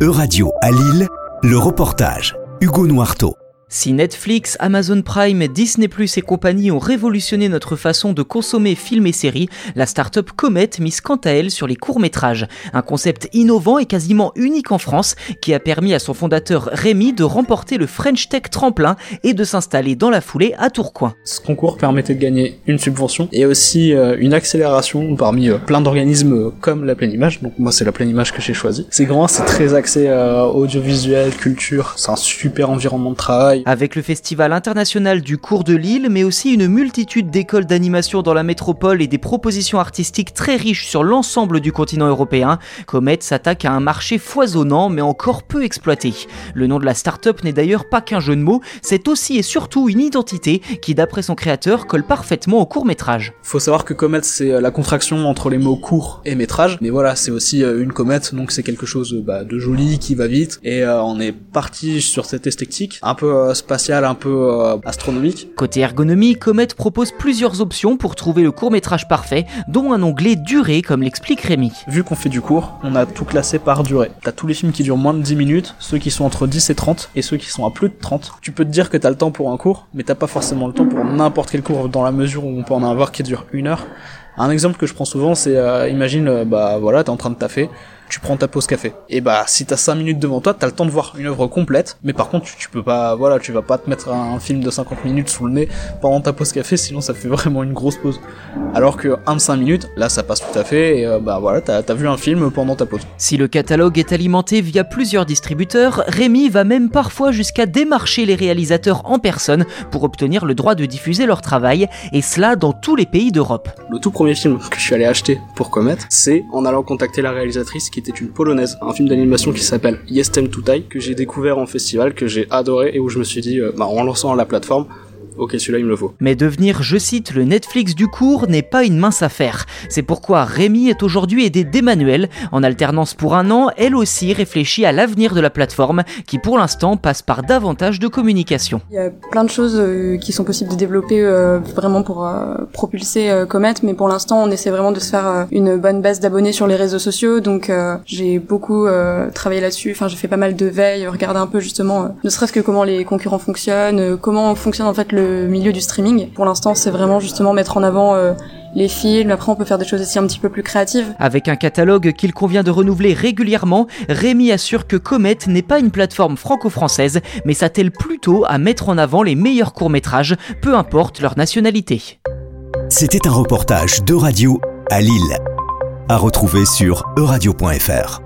Euradio à Lille, le reportage, Hugo Noirteau. Si Netflix, Amazon Prime, Disney+ et compagnie ont révolutionné notre façon de consommer films et séries, la start-up Comet mise quant à elle sur les courts-métrages. Un concept innovant et quasiment unique en France qui a permis à son fondateur Rémi de remporter le French Tech Tremplin et de s'installer dans la foulée à Tourcoing. Ce concours permettait de gagner une subvention et aussi une accélération parmi plein d'organismes comme la Pleine Image. Donc moi c'est la Pleine Image que j'ai choisi. C'est grand, c'est très axé audiovisuel, culture, c'est un super environnement de travail. Avec le Festival international du cours de Lille, mais aussi une multitude d'écoles d'animation dans la métropole et des propositions artistiques très riches sur l'ensemble du continent européen, Comet s'attaque à un marché foisonnant mais encore peu exploité. Le nom de la start-up n'est d'ailleurs pas qu'un jeu de mots, c'est aussi et surtout une identité qui, d'après son créateur, colle parfaitement au court-métrage. Faut savoir que Comet c'est la contraction entre les mots court et métrage, mais voilà, c'est aussi une comète, donc c'est quelque chose de joli, qui va vite, et on est parti sur cette esthétique, un peu spatial, un peu astronomique. Côté ergonomie, Comet propose plusieurs options pour trouver le court-métrage parfait, dont un onglet durée, comme l'explique Rémi. Vu qu'on fait du court, on a tout classé par durée. T'as tous les films qui durent moins de 10 minutes, ceux qui sont entre 10 et 30, et ceux qui sont à plus de 30. Tu peux te dire que t'as le temps pour un court, mais t'as pas forcément le temps pour n'importe quel court, dans la mesure où on peut en avoir qui dure 1 heure. Un exemple que je prends souvent, c'est, imagine, t'es en train de taffer, tu prends ta pause café. Et si t'as 5 minutes devant toi, t'as le temps de voir une œuvre complète, mais par contre, tu peux pas, tu vas pas te mettre un film de 50 minutes sous le nez pendant ta pause café, sinon ça fait vraiment une grosse pause. Alors que un de 5 minutes, là, ça passe tout à fait, et t'as vu un film pendant ta pause. Si le catalogue est alimenté via plusieurs distributeurs, Rémi va même parfois jusqu'à démarcher les réalisateurs en personne pour obtenir le droit de diffuser leur travail, et cela dans tous les pays d'Europe. Le tout premier film que je suis allé acheter pour Comet, c'est en allant contacter la réalisatrice qui était une polonaise, un film d'animation qui s'appelle Jestem Tutaj, que j'ai découvert en festival, que j'ai adoré et où je me suis dit, en lançant la plateforme, ok, celui-là il me le faut. Mais devenir, je cite, le Netflix du cours n'est pas une mince affaire. C'est pourquoi Rémi est aujourd'hui aidé d'Emmanuel. En alternance pour 1 an, elle aussi réfléchit à l'avenir de la plateforme qui pour l'instant passe par davantage de communication. Il y a plein de choses qui sont possibles de développer vraiment pour propulser Comet, mais pour l'instant on essaie vraiment de se faire une bonne base d'abonnés sur les réseaux sociaux, donc j'ai beaucoup travaillé là-dessus, j'ai fait pas mal de veille, regarder un peu justement, ne serait-ce que comment les concurrents fonctionnent, comment fonctionne en fait le milieu du streaming. Pour l'instant, c'est vraiment justement mettre en avant les films. Après, on peut faire des choses aussi un petit peu plus créatives. Avec un catalogue qu'il convient de renouveler régulièrement, Rémi assure que Comet n'est pas une plateforme franco-française, mais s'attelle plutôt à mettre en avant les meilleurs courts-métrages, peu importe leur nationalité. C'était un reportage d'Euradio à Lille, à retrouver sur euradio.fr.